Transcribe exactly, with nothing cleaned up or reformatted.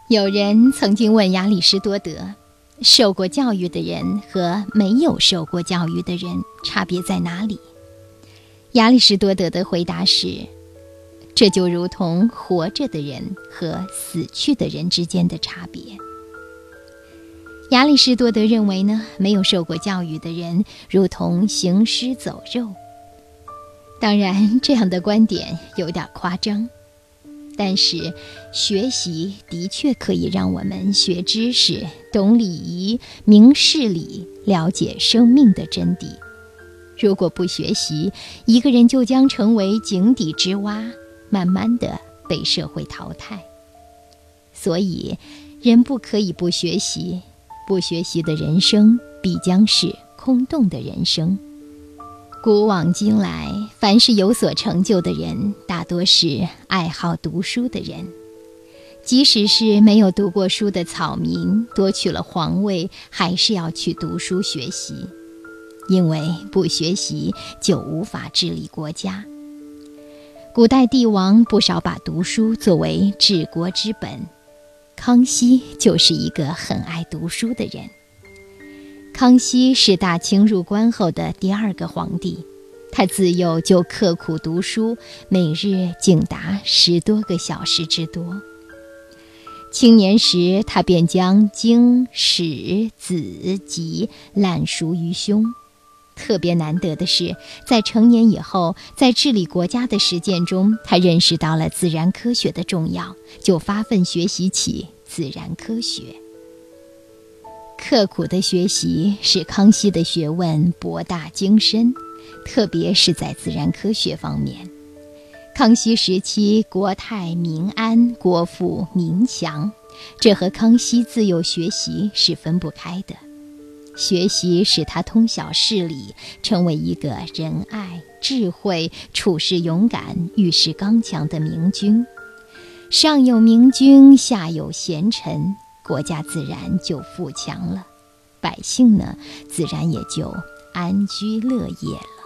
有人曾经问亚里士多德，受过教育的人和没有受过教育的人差别在哪里？亚里士多德的回答是，这就如同活着的人和死去的人之间的差别。亚里士多德认为呢，没有受过教育的人如同行尸走肉。当然，这样的观点有点夸张，但是学习的确可以让我们学知识、懂礼仪、明事理，了解生命的真谛。如果不学习，一个人就将成为井底之蛙，慢慢地被社会淘汰。所以，人不可以不学习，不学习的人生必将是空洞的人生。古往今来，凡是有所成就的人，大多是爱好读书的人。即使是没有读过书的草民，夺取了皇位，还是要去读书学习，因为不学习就无法治理国家。古代帝王不少把读书作为治国之本，康熙就是一个很爱读书的人。康熙是大清入关后的第二个皇帝，他自幼就刻苦读书，每日竟达十多个小时之多。青年时，他便将经、史、子、集烂熟于胸。特别难得的是，在成年以后，在治理国家的实践中，他认识到了自然科学的重要，就发奋学习起自然科学。刻苦的学习使康熙的学问博大精深，特别是在自然科学方面。康熙时期国泰民安，国富民强，这和康熙自幼学习是分不开的。学习使他通晓事理，成为一个仁爱、智慧、处事勇敢、遇事刚强的明君。上有明君，下有贤臣，国家自然就富强了，百姓呢，自然也就安居乐业了。